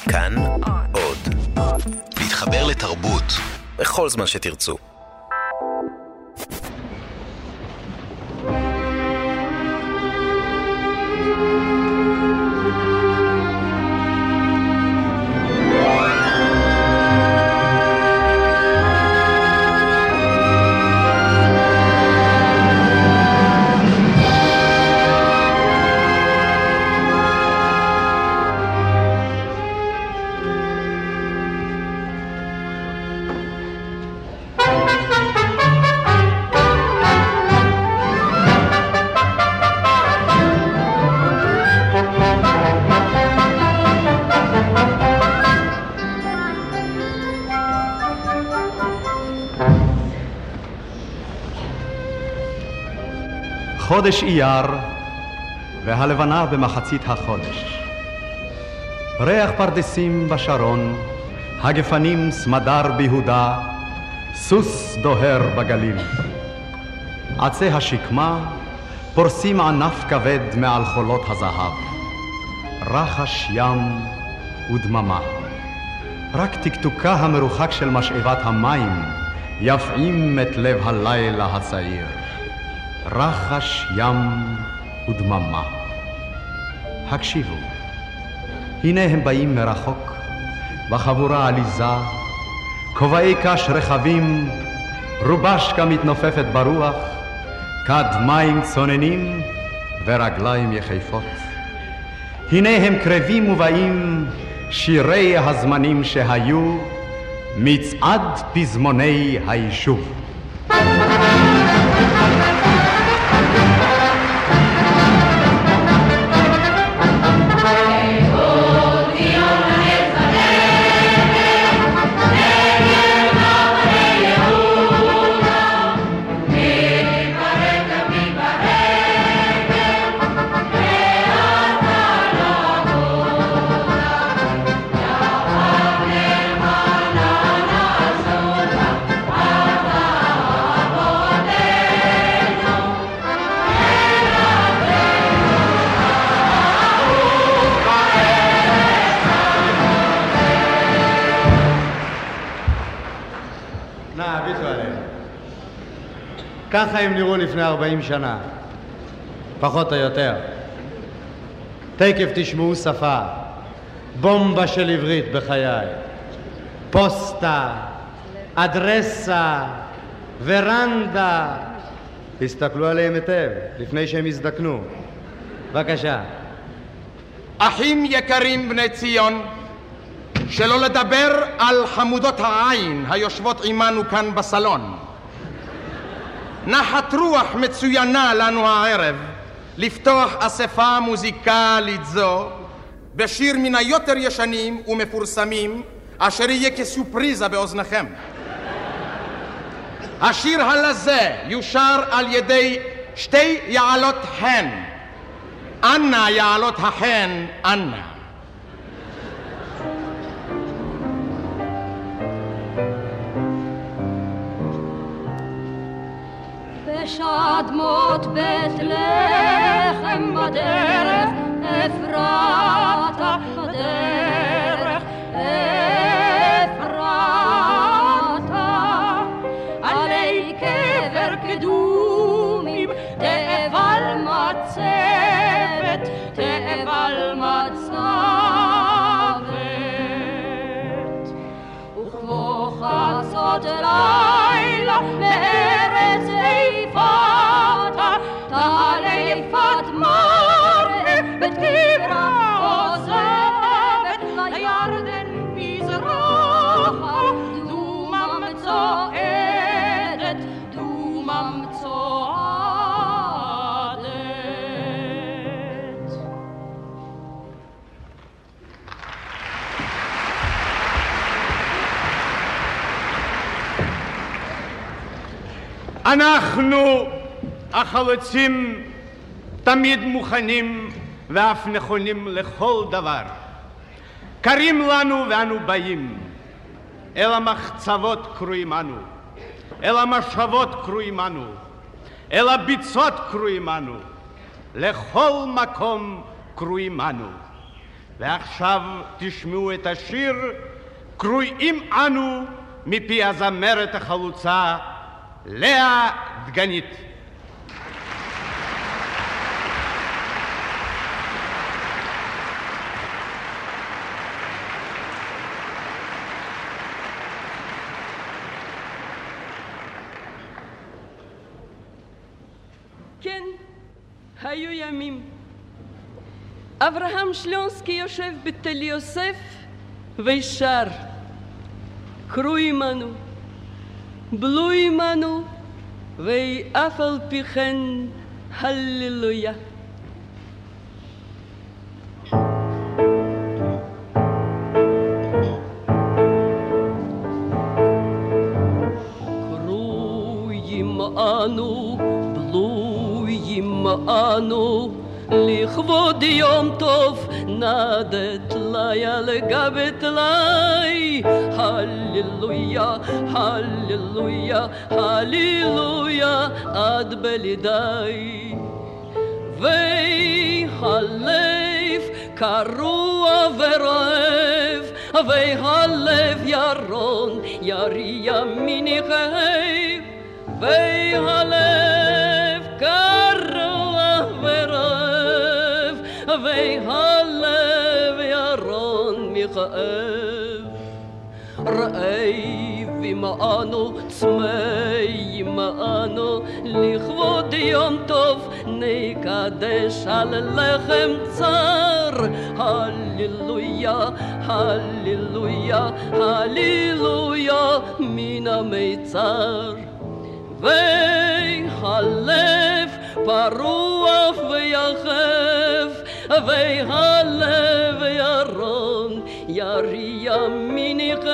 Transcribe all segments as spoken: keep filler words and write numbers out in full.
כאן עוד. להתחבר לתרבות בכל זמן שתרצו. חודש אייר והלבנה במחצית החודש. ריח פרדסים בשרון, הגפנים סמדר ביהודה, סוס דוהר בגליל. עצי השקמה פורסים ענף כבד מעל חולות הזהב. רחש ים ודממה. רק תקתוקה המרוחק של משאבת המים יפעים את לב הלילה הצעיר. רחש ים ודממה. הקשיבו, הנה הם באים מרחוק, בחבורה עליזה, כובעי קש רחבים, רובשקה מתנופפת ברוח, כד מים צוננים ורגליים יחפות. הנה הם קרבים ובאים, שירי הזמנים שהיו, מצעד פזמוני היישוב. ככה הם נראו לפני ארבעים שנה, פחות או יותר. תקף תשמעו שפה, בומבה של עברית בחיי. פוסטה, אדרסה, ורנדה. תסתכלו עליהם היטב, לפני שהם יזדקנו. בבקשה. אחים יקרים בני ציון, שלא לדבר על חמודות העין היושבות עמנו כאן בסלון. נחת רוח מצוינה לנו הערב לפתוח אספה מוזיקלית זו בשיר מן היותר ישנים ומפורסמים אשר יהיה כסופריזה באוזניכם. השיר הלזה יושר על ידי שתי יעלות חן. אנא יעלות החן, אנא. שדמות בית לחם בדרך, אפרתה בדרך, אפרתה עלי קבר קדומים, תאבל מצבת, תאבל מצבת. וכמו חצות לילה בארץ איפתה, תעלה יפת מראה בקברה עוזבת, לירדן מזרחה דומם צועדת, דומם צועדת. אנחנו החלוצים תמיד מוכנים ואף נכונים לכל דבר. קרים לנו ואנו באים, אל המחצבות קרואים אנו, אל המשאבות קרואים אנו, אל הביצות קרואים אנו, לכל מקום קרואים אנו. ועכשיו תשמעו את השיר קרויים אנו מפי הזמרת החלוצה לאה דגנית. כן, היו ימים. אברהם שלונסקי יושב בתל יוסף וישר. קרויים אנו, בלויים אנו, ואף על פי כן הללויה. קרויים אנו, בלויים אנו, לכבוד יום טוב נדת לי על גבי טלי. הללויה, הללויה, הללויה עד בלידי. והלב קרוע ורעב, והלב ירון יריע מניחב. והלב קרוע ורעב, והלב ירון מכאב. רעב עמנו, צמא עמנו, לכבוד יום טוב נקדש על לחם צר. הללויה, הללויה, הללויה מן המיצר. והלב פרוע ויחף, והלב ירון יריע מניחף.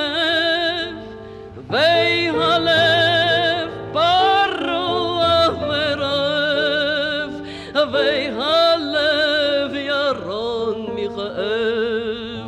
והלב פרוע ורעב, והלב ירון מכאב.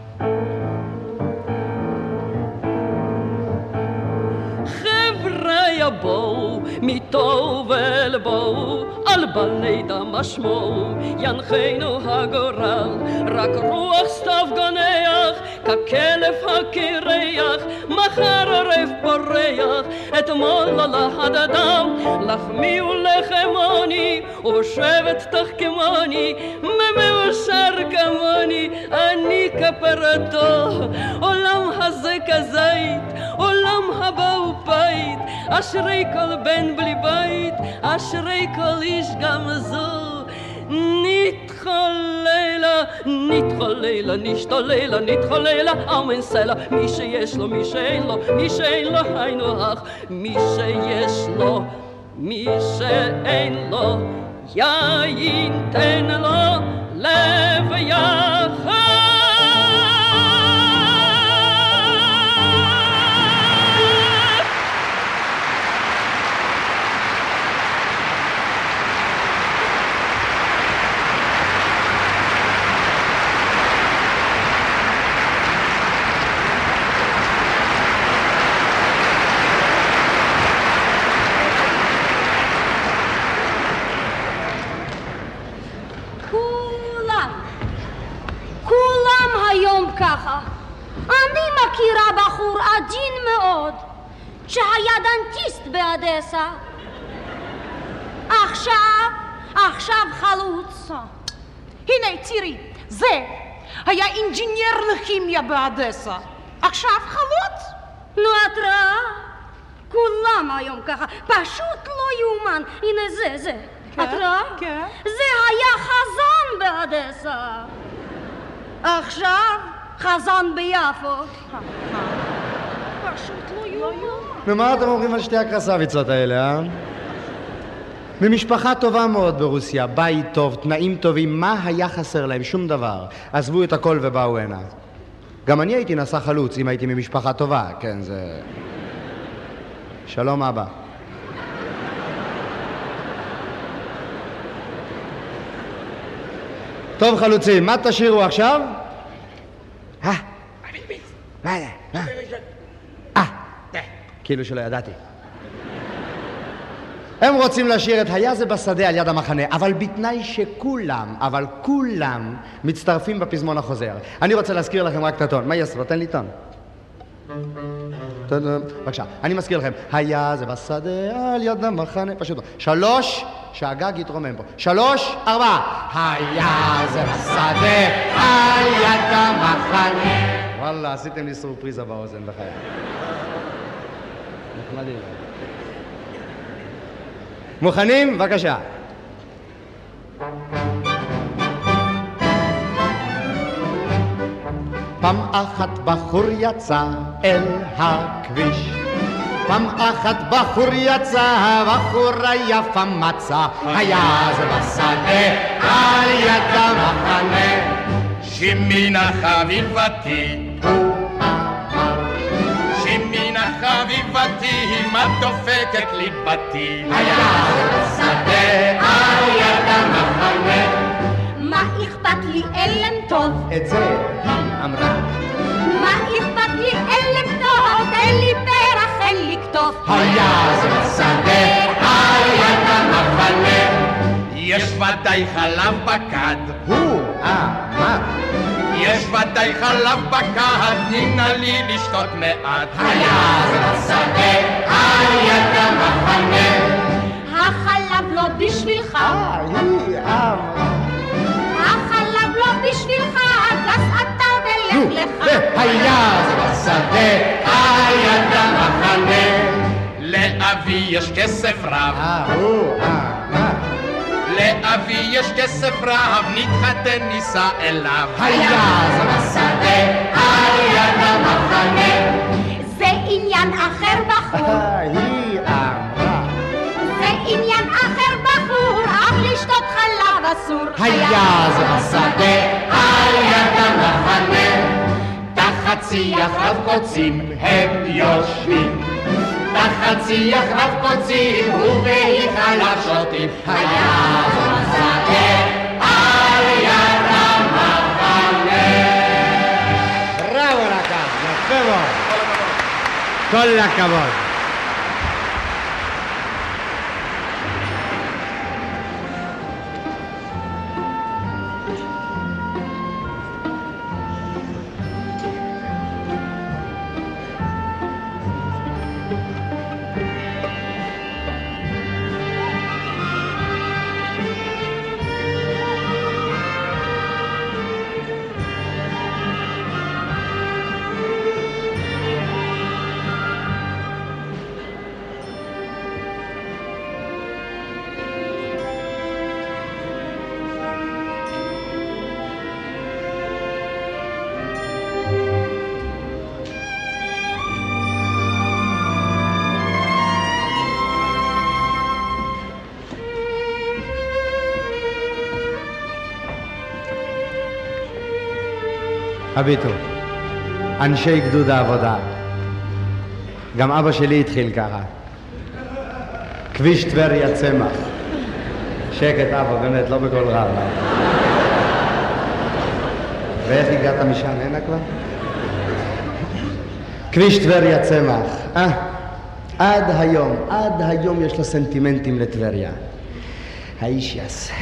חבר'ה בואו מטוב אל בואו, על בני דם אשמעו, ינחנו הגורל. רק רוח סתיו גונח, ככלב הקירח, מחר ערב פורח, אתמול לא לחד אדם. לחמי ולחמוני, ובשבט תחכמוני, ממאושר כמוני, אני כפרתו. עולם הזה כזית, עולם הבא הוא בית, אשרי כל בן בלי בית, אשרי כל איש גם זו. נתחוללה, נתחוללה, נשתוללה, נתחוללה, אמן סלע. מי שיש לו, מי שאין לו, מי שאין לו, היינו אח. מי שיש לו, מי שאין לו, יין תן לו לב יחד. ככה. אני מכירה בחור עדין מאוד שהיה דנטיסט באדסה. עכשיו, עכשיו חלוץ. הנה, תראי, זה היה אינג'ינר לכימיה באדסה. עכשיו חלוץ. נו, את רואה? כולם היום ככה, פשוט לא יאומן. הנה זה, זה. כן, את רואה? כן. זה היה חזן באדסה. עכשיו חזן ביפו. פשוט לא יאומן. נו, מה אתם אומרים על שתי הקרסביצות האלה, אה? ממשפחה טובה מאוד ברוסיה, בית טוב, תנאים טובים, מה היה חסר להם? שום דבר. עזבו את הכל ובאו הנה. גם אני הייתי נסע חלוץ אם הייתי ממשפחה טובה, כן, זה... שלום אבא. טוב חלוצים, מה תשאירו עכשיו? אה? מה זה? מה? אה, כאילו שלא ידעתי. הם רוצים לשיר את היה זה בשדה על יד המחנה, אבל בתנאי שכולם, אבל כולם מצטרפים בפזמון החוזר. אני רוצה להזכיר לכם רק את הטון. מה יעשו? תן לי טון. בבקשה, אני מזכיר לכם. היה זה בשדה על יד המחנה, פשוט. שלוש, שהגג יתרומם פה. שלוש, ארבע. היה זה בשדה על יד המחנה. וואלה, עשיתם לי סורפריזה באוזן, בחיי. נחמדים. מוכנים? בבקשה. פעם אחת בחור יצא אל הכביש, פעם אחת בחור יצא, בחורה יפה מצא, היה זה בשדה על יד המחנה. שימינה חביבתי, הוא אמר, שימינה חביבתי, מה דופקת ליבתי? היה זה בשדה על יד המחנה. מה אכפת לי אלם טוב? את זה היא אמרה. מה אכפת לי אלם טוב? אין לי פרח, אין לי כתוב. היה זה בשדה על יד המחנה. יש ודאי חלב בכד, הוא אמר, יש ודאי חלב בכד, תנה לי לשתות מעט. היה זה בשדה על יד המחנה. החלב לא בשבילך, אה, היא אמרה. החלב לא בשבילך, אז אתה ולך לך. היה זה בשדה על יד המחנה. לאבי יש כסף רב, אה, הוא אמר, לאבי יש כסף רב, נתחתן ניסע אליו. היה זה בשדה על יד המחנה. זה עניין אחר בחור, אה, היא אמרה. זה עניין אחר בחור, אך לשתות חלב אסור. היה זה בשדה על יד המחנה. תחת שיח רב קוצים הם יושבים, תחת שיח רב קוצים ובהי חלב שותים. היה זה בשדה על יד המחנה. בראבו לקח, יפה מאוד. כל הכבוד. הביטו, אנשי גדוד העבודה, גם אבא שלי התחיל ככה. כביש טבריה צמח. שקט אבא, באמת, לא בכל רב. ואיך הגעת משם, הנה כבר? כביש טבריה צמח. אה, עד היום, עד היום יש לו סנטימנטים לטבריה. האיש יעשה.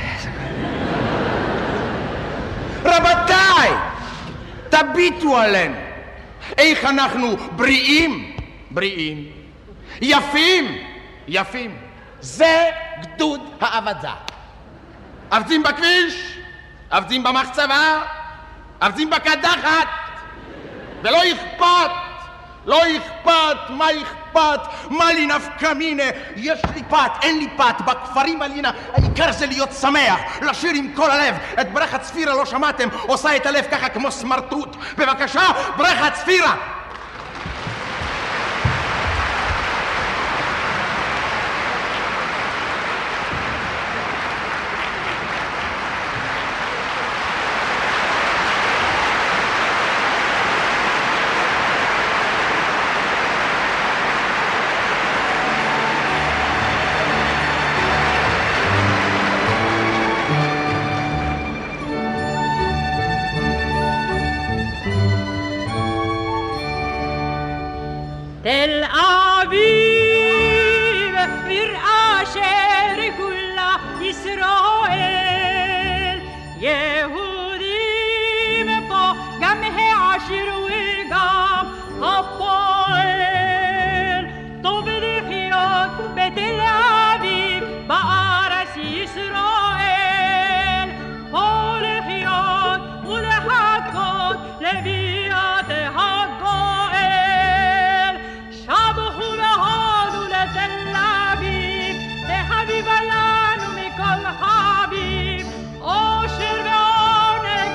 רבותיי! תביטו עלינו, איך אנחנו בריאים, בריאים, יפים, יפים. זה גדוד העבודה. עבדים בכביש, עבדים במחצבה, עבדים בקדחת, ולא אכפת, לא אכפת, מה אכפת, מה לי נפקא מינה, יש לי פת, אין לי פת, בכפרים עלינה, העיקר זה להיות שמח, לשיר עם כל הלב. את ברכת צפירה לא שמעתם, עושה את הלב ככה כמו סמרטוט. בבקשה, ברכת צפירה. לביאת הגואל. שבחו והודו לתל אביב, החביבה לנו מכל חביב, אושר ועונג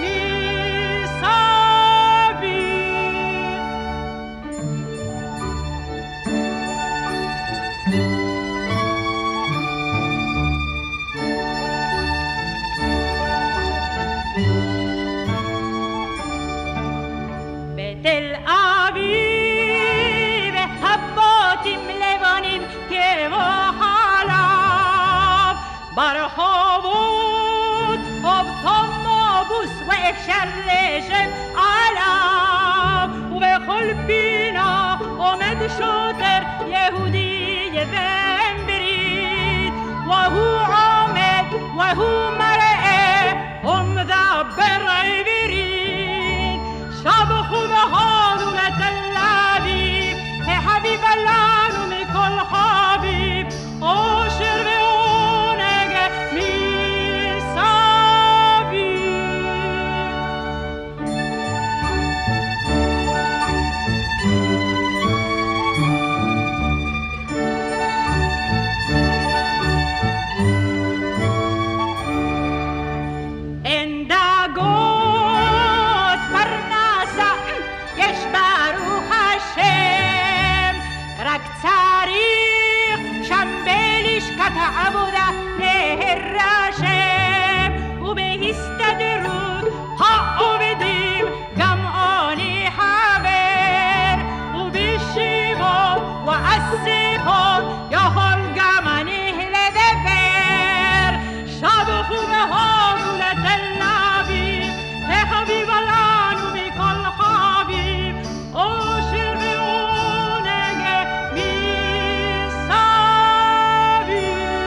בתל אביב הבוטים לבנים כמו חלב, ברחובות אוטובוס ואפשר לשם עליו, ובכל פינה עומד שוטר יהודי יבן ברית, והוא עומד והוא מראה ומדבר עברית. שבחו והודו לתל אביב, החביבה לנו מכל חביב, אושר ועונג מסביב. אין דאגות פרנסה, יש ברוך השם, רק צריך שם בלשכת העבודה להירשם, ובהסתדרות העובדים גם עוני חבר, ובשיבות ואסיפות יכול גם אני לדבר. שבחו והודו לתל אביב, החביבה לנו מכל חביב, אושר ועונג מסביב.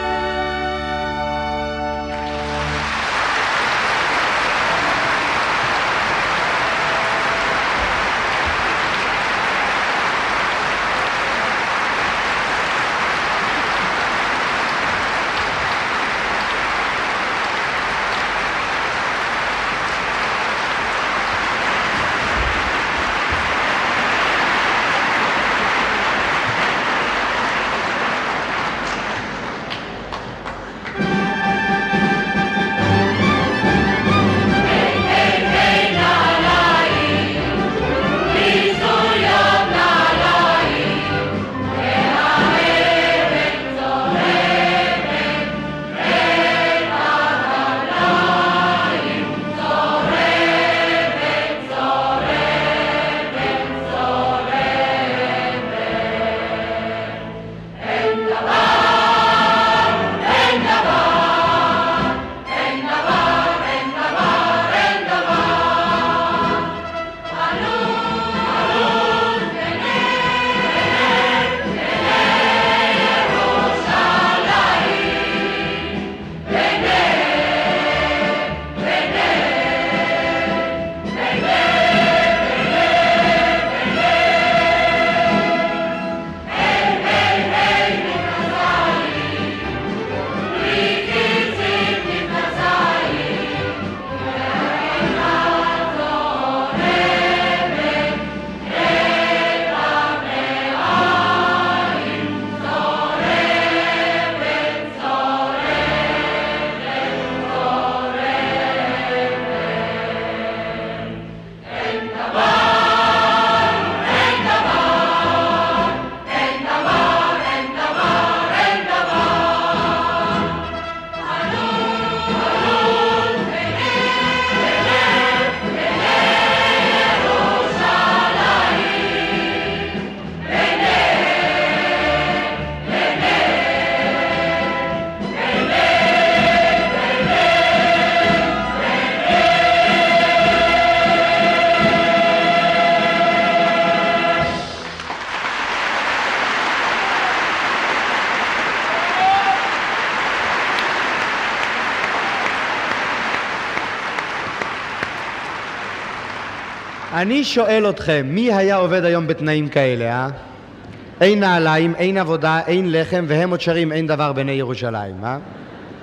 אני שואל אתכם, מי היה עובד היום בתנאים כאלה, אה? אין נעליים, אין עבודה, אין לחם, והם עוד שרים אין דבר בני ירושלים, אה?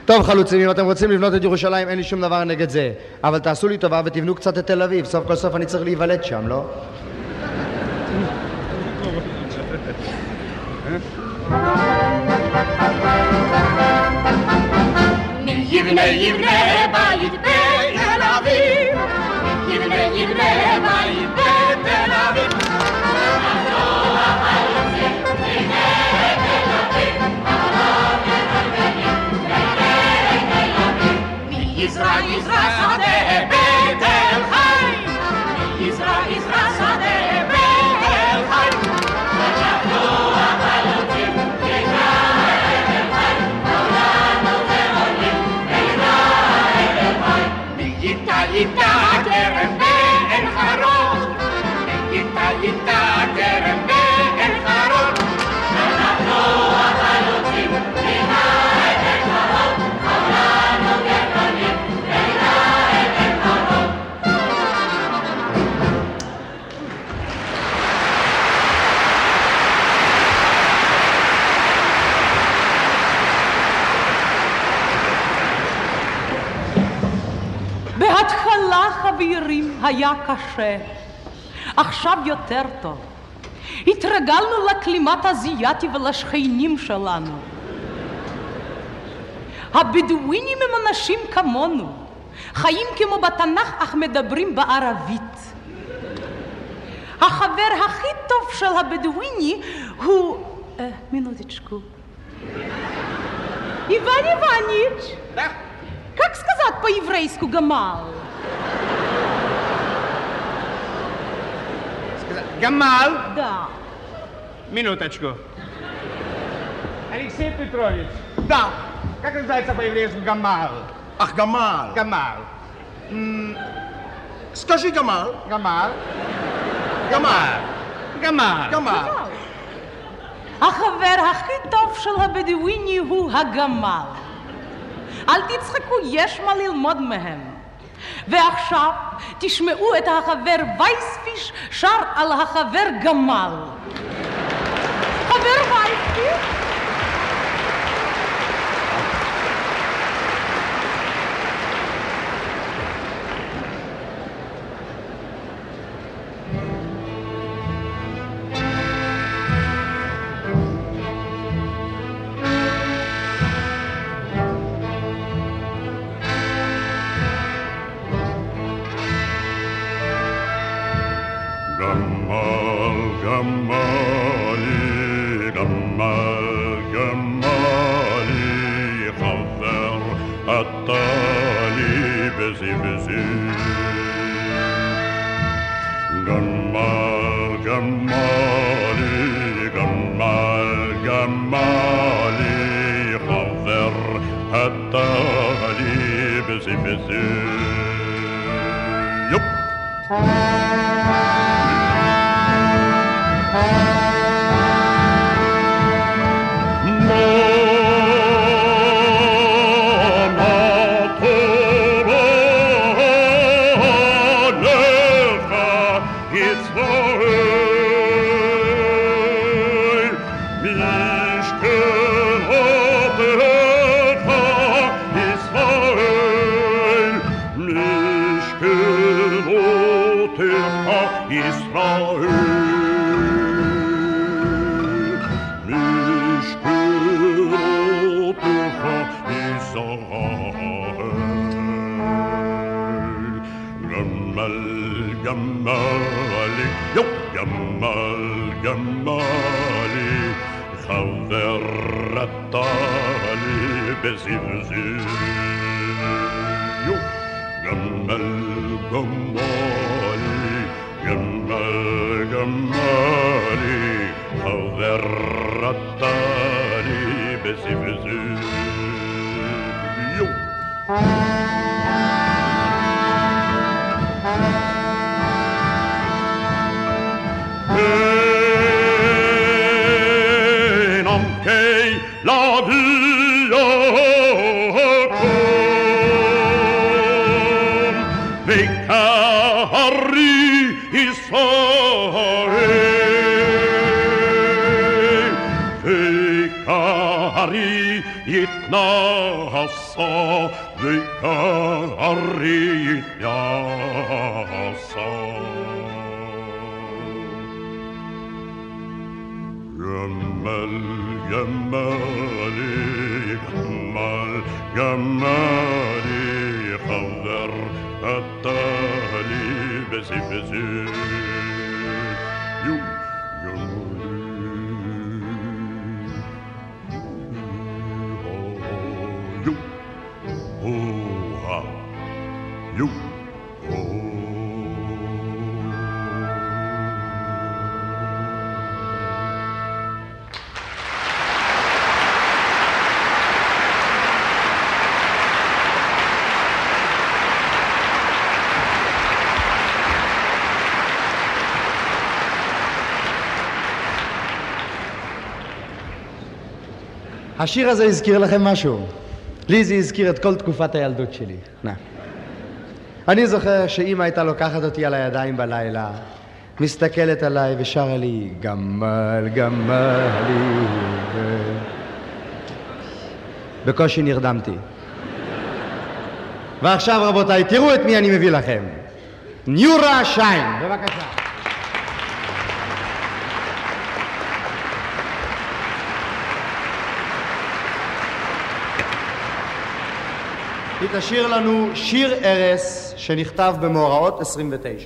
טוב חלוצים, אם אתם רוצים לבנות את ירושלים אין לי שום דבר נגד זה, אבל תעשו לי טובה ותבנו קצת את תל אביב, סוף כל סוף אני צריך להיוולד שם, לא? מי יבנה יבנה בית בתל אביב, יבנה יבנה בית בתל אביב. יזרע יזרע שדה בתל חי, יזרע יזרע שדה בתל חי. אנחנו החלוצים נקרא אל חי, כולנו ועולים נקרא אל חי. מי ייטע ייטע כרם בעין חרון, מי ייטע ייטע כרם בעין חרון. אנחנו החלוצים נקרא אל חרון, כולנו ועולים. בהתחלה חברים היה קשה, עכשיו יותר טוב. התרגלנו לקלימת האזייתי ולשכנים שלנו. הבדואינים הם אנשים כמונו, חיים כמו בתנ"ך אך מדברים בערבית. החבר הכי טוב של הבדואיני הוא... אה, מינוטочку. Иван Иванович, Да? как сказать по-еврейски гамал? Гамал? Да. Минуточку. Алексей Петрович. Да. Как называется по-еврейски гамал? Ах, Гамал. Гамал. М, Скажи Гамал. Гамал. Гамал. Гамал. Гамал. החבר הכי טוב של הבדואיני הוא הגמל. אל תצחקו, יש מה ללמוד מהם. ועכשיו תשמעו את החבר וייספיש שר על החבר גמל. חבר וייספיש? יתנעשה וקרי יתנעשה גמל גמלי גמל גמלי חבר אתה לי בזי בזי יו You. השיר הזה הזכיר לכם משהו? לי זה הזכיר את כל תקופת הילדות שלי. נה. אני זוכר שאמא הייתה לוקחת אותי על הידיים בלילה, מסתכלת עליי ושרה לי גמל גמלי ו... בקושי נרדמתי. ועכשיו רבותיי, תראו את מי אני מביא לכם. ניורה שיין, בבקשה. היא תשיר לנו שיר ארס שנכתב במאורעות עשרים ותשע.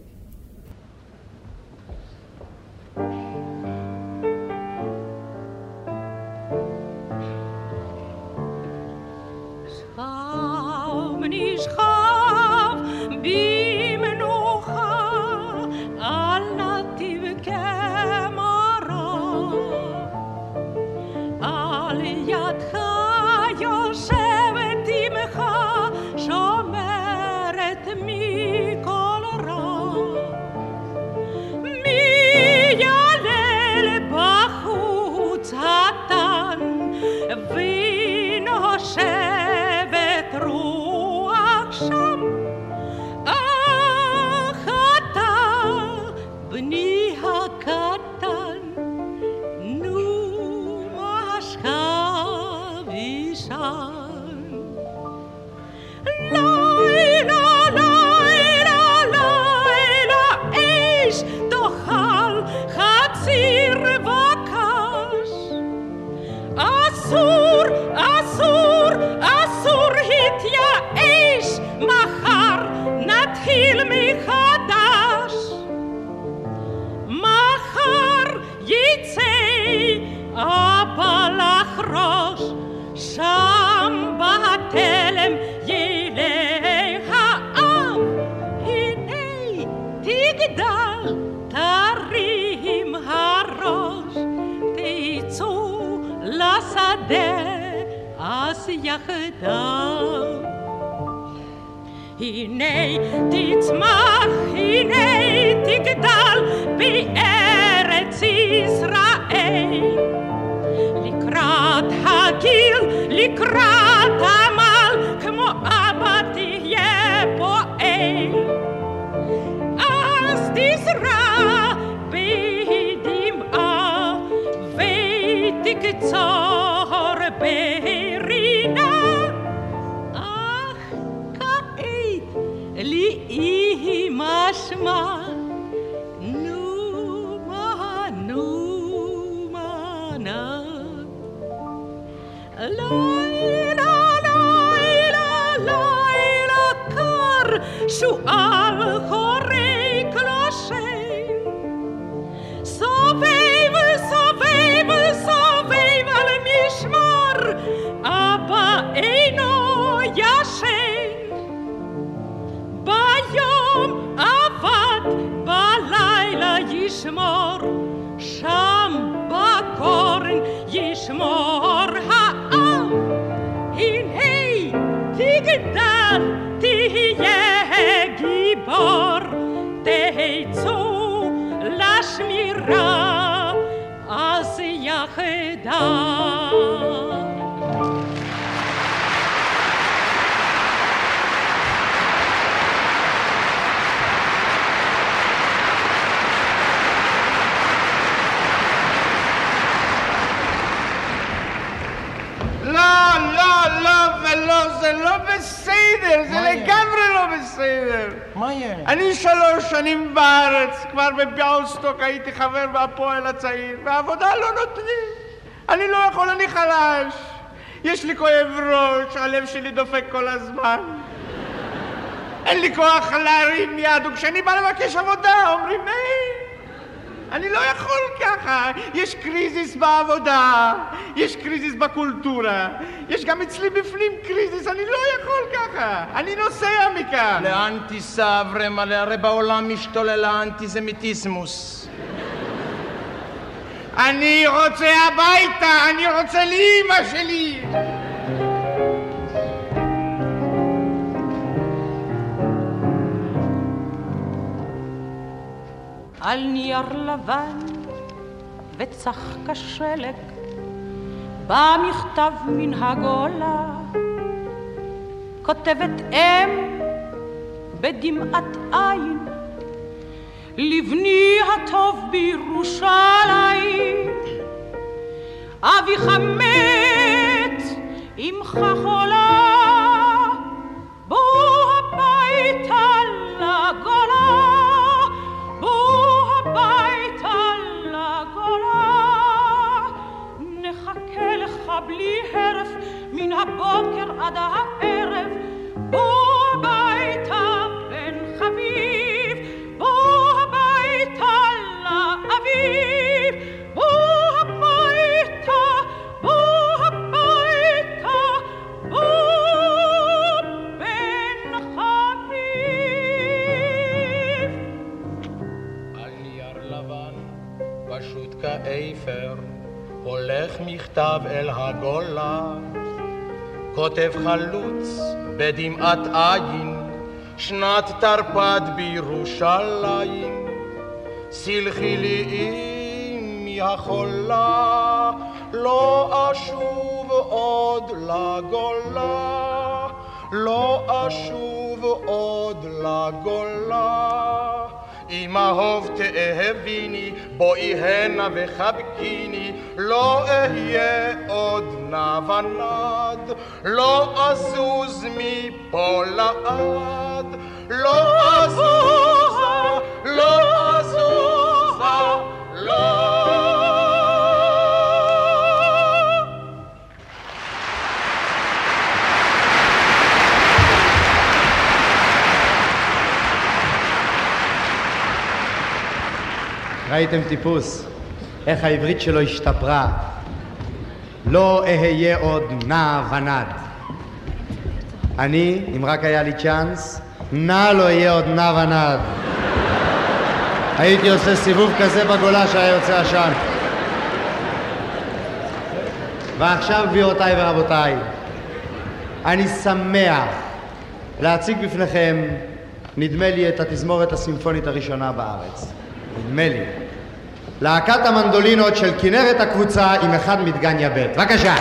הנה תצמח, הנה תגדל בארץ ישראל. לקראת הגיל, לקראת עמל, כמו אבא תהיה פועל. אז תזרע בדמעה ותקצור ברינה. לי משמע נומה נומה נא לילה לילה לילה קר שועל חורק לשם סובב סובב סובב על משמר אבא אינו ישן ביום עבד, בלילה ישמור, שם בקורן ישמור העם. הנה תגדל, תהיה גיבור, תצאו לשמירה, אז יחדיו. לא! מה יהיה? אני שלוש שנים בארץ, כבר בביאלסטוק הייתי חבר בהפועל הצעיר, והעבודה לא נותנים. אני לא יכול, אני חלש. יש לי כואב ראש, הלב שלי דופק כל הזמן. אין לי כוח להרים יד, וכשאני בא לבקש עבודה, אומרים, היי, אני לא יכול ככה. יש קריזיס בעבודה, יש קריזיס בקולטורה, יש גם אצלי בפנים קריזיס, אני לא יכול ככה. אני נוסע מכאן. לאן תיסע, אברהם? הרי בעולם משתולל האנטיזמיטיזמוס. אני רוצה הביתה, אני רוצה לאמא שלי. על נייר לבן וצח כשלג בא מכתב מן הגולה, כותבת אם בדמעת עין לבני הטוב בירושלים, אביך מת אמך חולה, בוא הביתה לגולה, בוא הביתה לגולה, נחכה לך בלי הרף מן הבוקר עד הערב, בוא הביתה בן חביב, בוא הביתה לאביב, בוא הביתה, בוא הביתה, בוא בן חביב. על נייר לבן, פשוט כאפר, הולך מכתב אל הגולה, כותב חלוץ בדמעת עין, שנת תרפ"ד בירושלים, סלחי לי אמי החולה, לא אשוב עוד לגולה, לא אשוב עוד לגולה. אמא אהוב תאהביני, בואי הנה וחבקיני, לא אהיה עוד נע ונד, לא אזוז מפה לעד, לא אזוזה, לא אזוזה, לא. ראיתם טיפוס? איך העברית שלו השתפרה. לא אהיה עוד נע ונד. אני, אם רק היה לי צ'אנס, נע לא אהיה עוד נע ונד. הייתי עושה סיבוב כזה בגולה שהיה יוצא עשן. ועכשיו גבירותיי ורבותיי, אני שמח להציג בפניכם, נדמה לי, את התזמורת הסימפונית הראשונה בארץ. נדמה לי. להקת המנדולינות של כנרת הקבוצה עם אחד מדגניה ב'. בבקשה.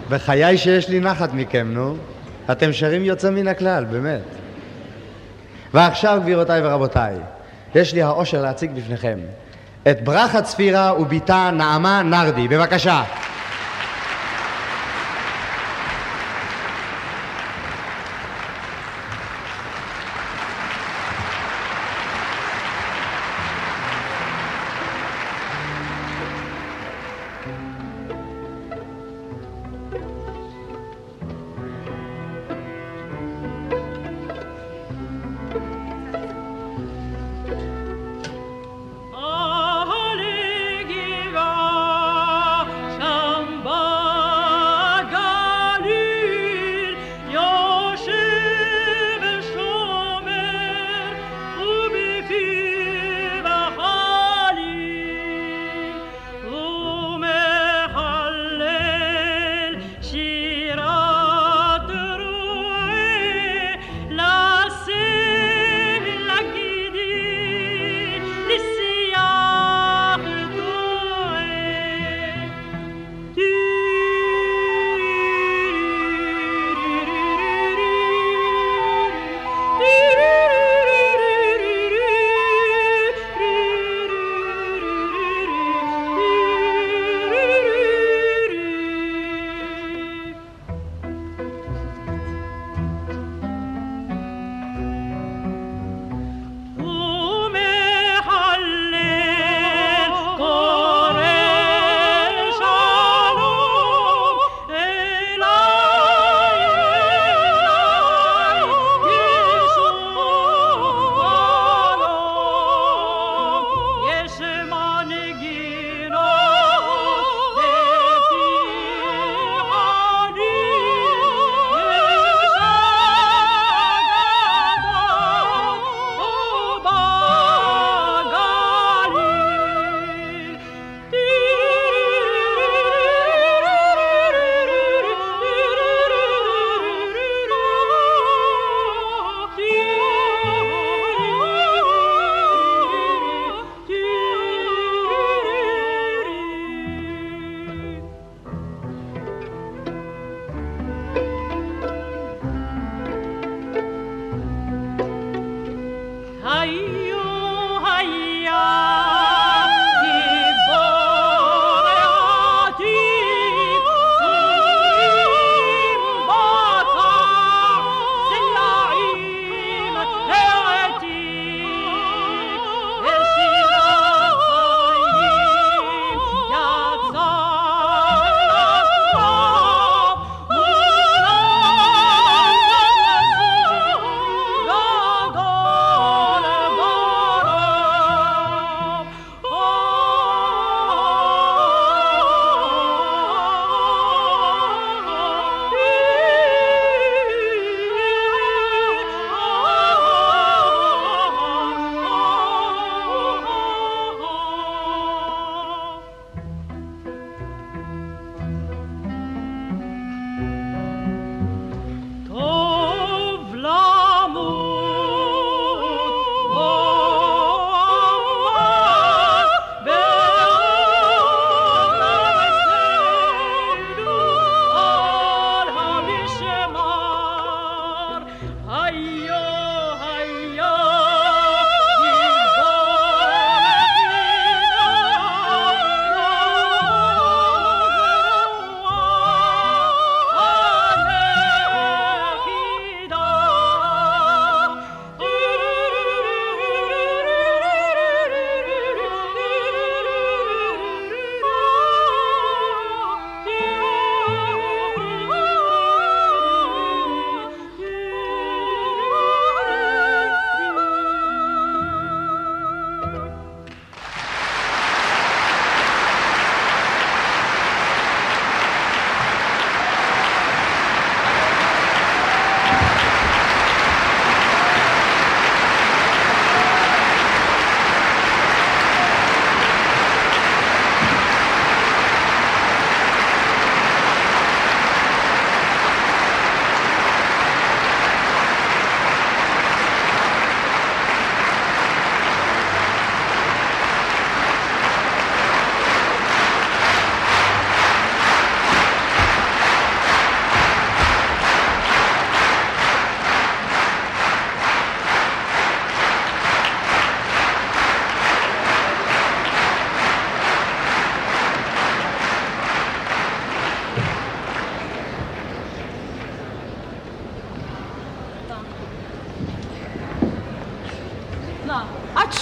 בחיי שיש לי נחת מכם, נו. אתם שרים יוצא מן הכלל, באמת. ועכשיו, גבירותיי ורבותיי, יש לי האושר להציג בפניכם את ברכה צפירה וביתה נעמה נרדי. בבקשה. Shall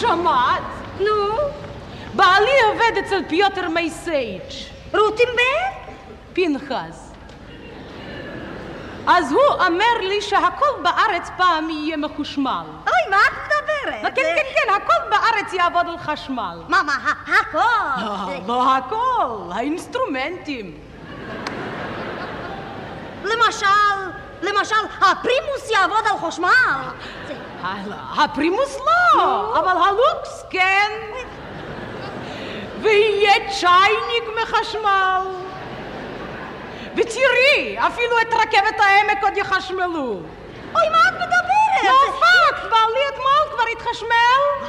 שמעת? נו? בעלי עובד אצל פיוטר מייסייץ'. רוטנברג? פנחס. אז הוא אומר לי שהכל בארץ פעם יהיה מחושמל. אוי, מה את מדברת? כן, כן, כן, הכל בארץ יעבוד על חשמל. מה, מה, הכל? לא הכל, האינסטרומנטים. למשל, למשל, הפרימוס יעבוד על חשמל. הפרימוס לא, אבל הלוקס כן. ויהיה צ'ייניק מחשמל. ותראי, אפילו את רכבת העמק עוד יחשמלו. אוי, מה את מדברת? לא פאק, בעלי אתמול כבר התחשמל.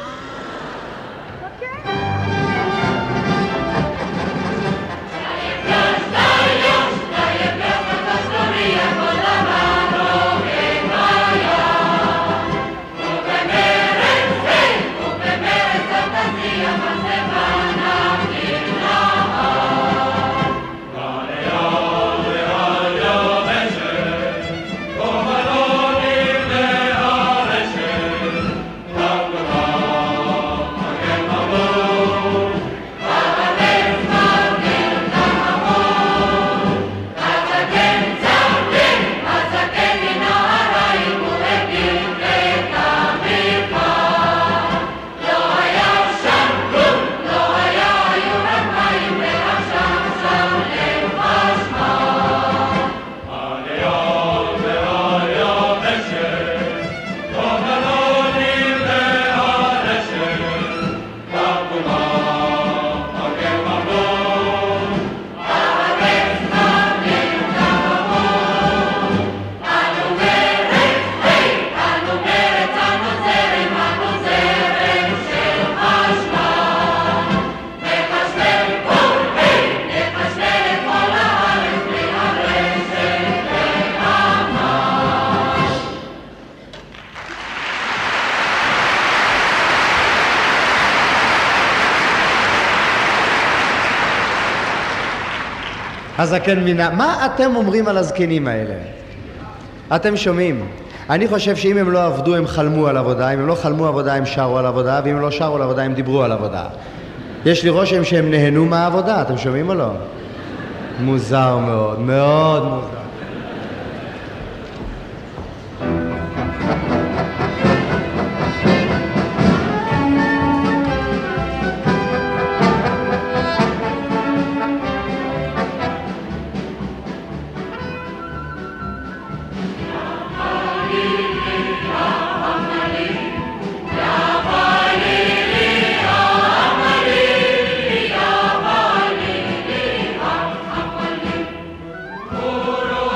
הזקן מינה, מה אתם אומרים על הזקנים האלה? אתם שומעים? אני חושב שאם הם לא עבדו הם חלמו על עבודה, אם הם לא חלמו עבודה הם שרו על עבודה, ואם הם לא שרו על עבודה הם דיברו על עבודה. יש לי רושם שהם נהנו מהעבודה, אתם שומעים או לא? מוזר מאוד, מאוד מוזר. Guru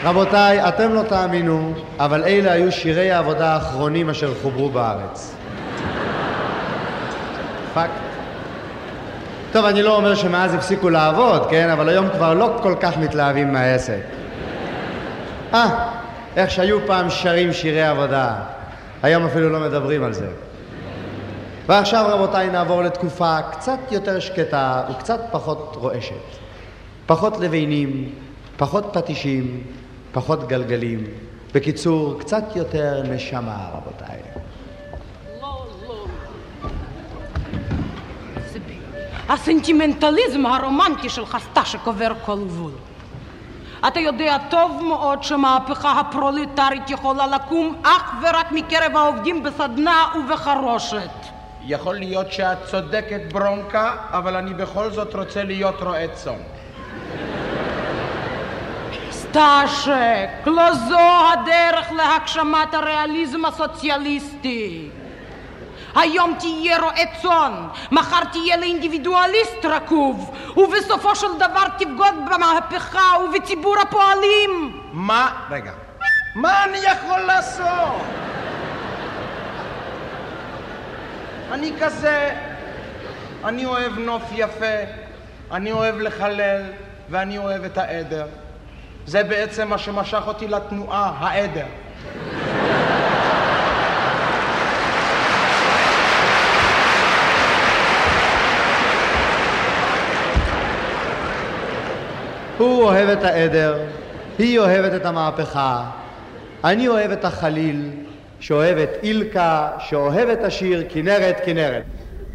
רבותיי, אתם לא תאמינו, אבל אלה היו שירי העבודה האחרונים אשר חוברו בארץ. פאקט. טוב, אני לא אומר שמאז הפסיקו לעבוד, כן? אבל היום כבר לא כל כך מתלהבים מהעסק. אה, איך שהיו פעם שרים שירי עבודה. היום אפילו לא מדברים על זה. ועכשיו, רבותיי, נעבור לתקופה קצת יותר שקטה וקצת פחות רועשת. פחות לבנים, פחות פטישים, פחות גלגלים. בקיצור, קצת יותר נשמה, רבותיי. הסנטימנטליזם הרומנטי שלך סטה שקובר כל גבול. אתה יודע טוב מאוד שמהפכה הפרולטרית יכולה לקום אך ורק מקרב העובדים בסדנה ובחרושת. יכול להיות שאת צודקת ברונקה, אבל אני בכל זאת רוצה להיות רועה צאן. סטאשק, לא זו הדרך להגשמת הריאליזם הסוציאליסטי. היום תהיה רועה צאן, מחר תהיה לאינדיבידואליסט רקוב, ובסופו של דבר תבגוד במהפכה ובציבור הפועלים. מה? רגע. מה אני יכול לעשות? אני כזה, אני אוהב נוף יפה, אני אוהב לחלל, ואני אוהב את העדר. זה בעצם מה שמשך אותי לתנועה, העדר. הוא אוהב את העדר, היא אוהבת את המהפכה, אני אוהב את החליל, שאוהב את אילקה, שאוהב את השיר כנרת כנרת.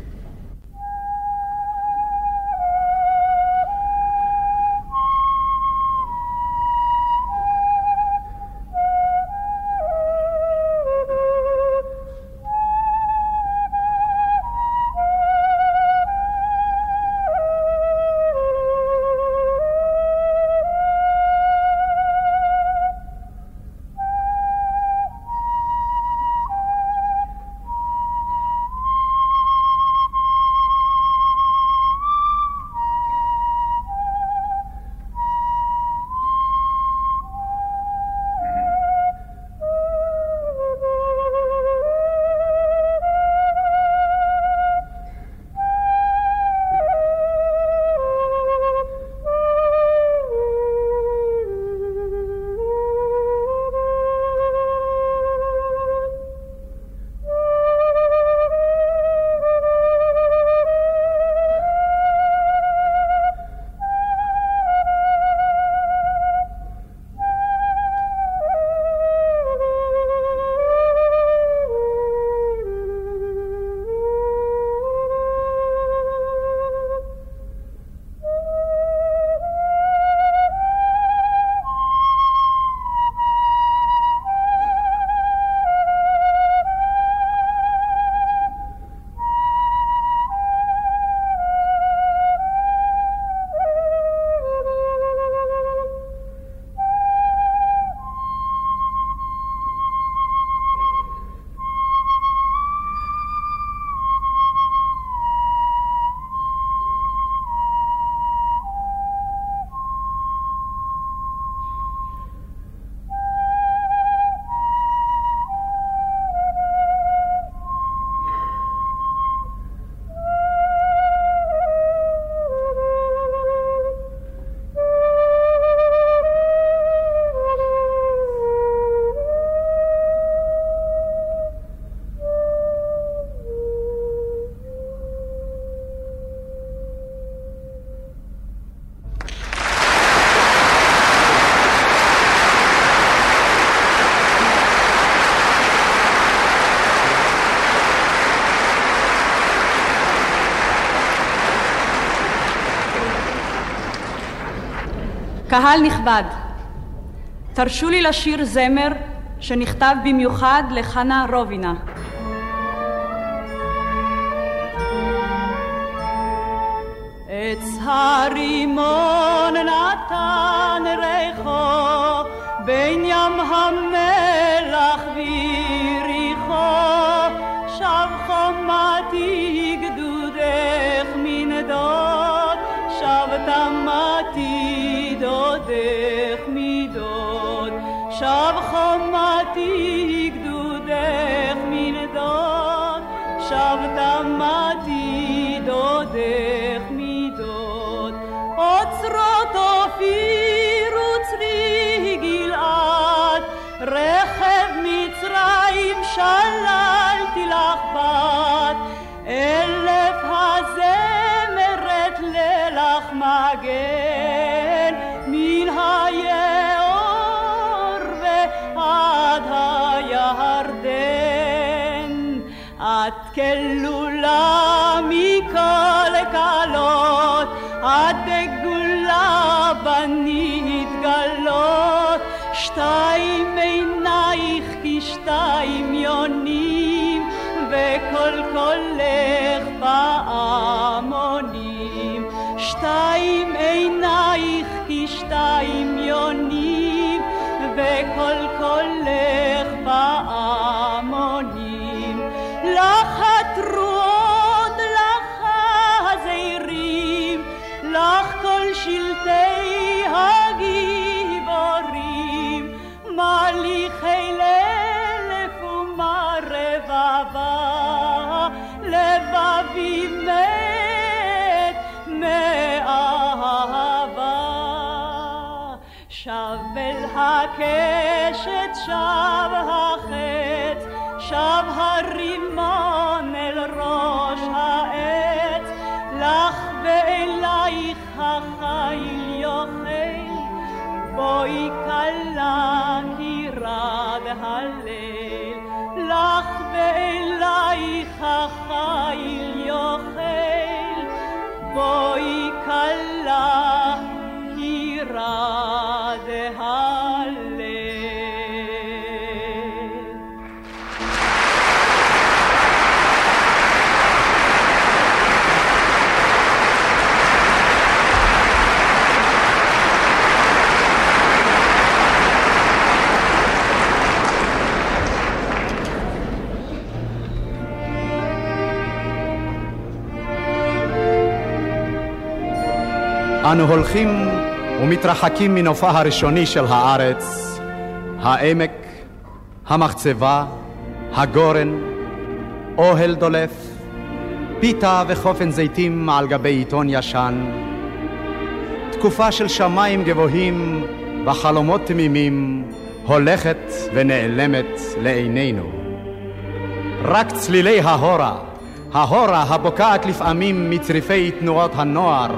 קהל נכבד, תרשו לי לשיר זמר שנכתב במיוחד לחנה רובינה. עץ הרימון נתן ריחו בין ים המלח ויריחו, שב חומתי גדודך מנדוד, שב תמתי דודך מדוד. את כלולה מכל קלות, את דגולה בנית גלות, שתיים עינייך כשתיים יונים, וכל קולך פעמונים. שתיים עינייך כשתיים יונים, וכל קולך פעמונים. לך התרועות, לך הזעירים, לך כל שלטי הגיבורים, מליכי לאלף ומה רבבה, לבבי מת מאהבה. שב אל הקשת, שב החץ, שב הרימון אל ראש העץ, לך ואלייך החיל יוכל, בואי קלה כי רד הליל. לך ואלייך החיל יוכל, בואי קלה כי רד הליל. אנו הולכים ומתרחקים מנופה הראשוני של הארץ, העמק, המחצבה, הגורן, אוהל דולף, פיתה וחופן זיתים על גבי עיתון ישן, תקופה של שמיים גבוהים וחלומות תמימים הולכת ונעלמת לעינינו. רק צלילי ההורה, ההורה הבוקעת לפעמים מצריפי תנועות הנוער,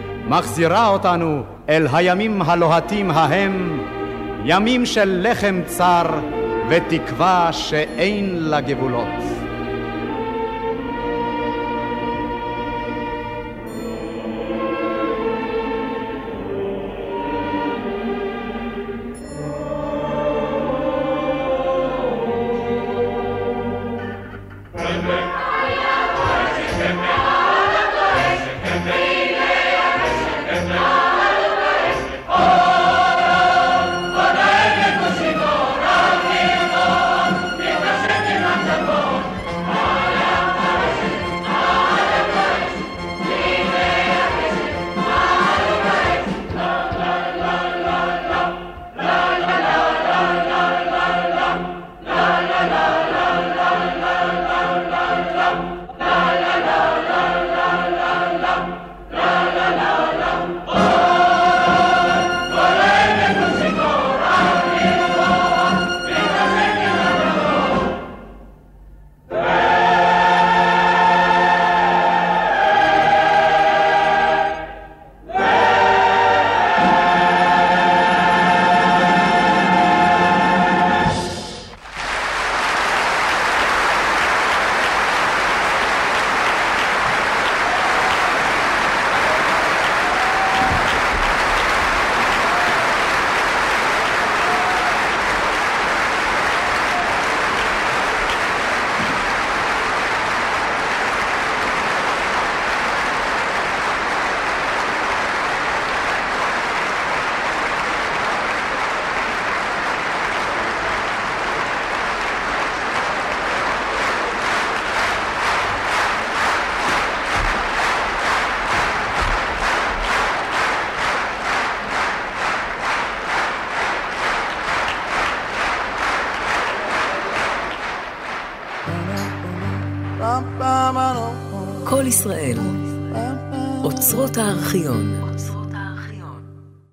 מחזירה אותנו אל הימים הלוהטים ההם, ימים של לחם צר ותקווה שאין לה גבולות. כל ישראל, אוצרות הארכיון.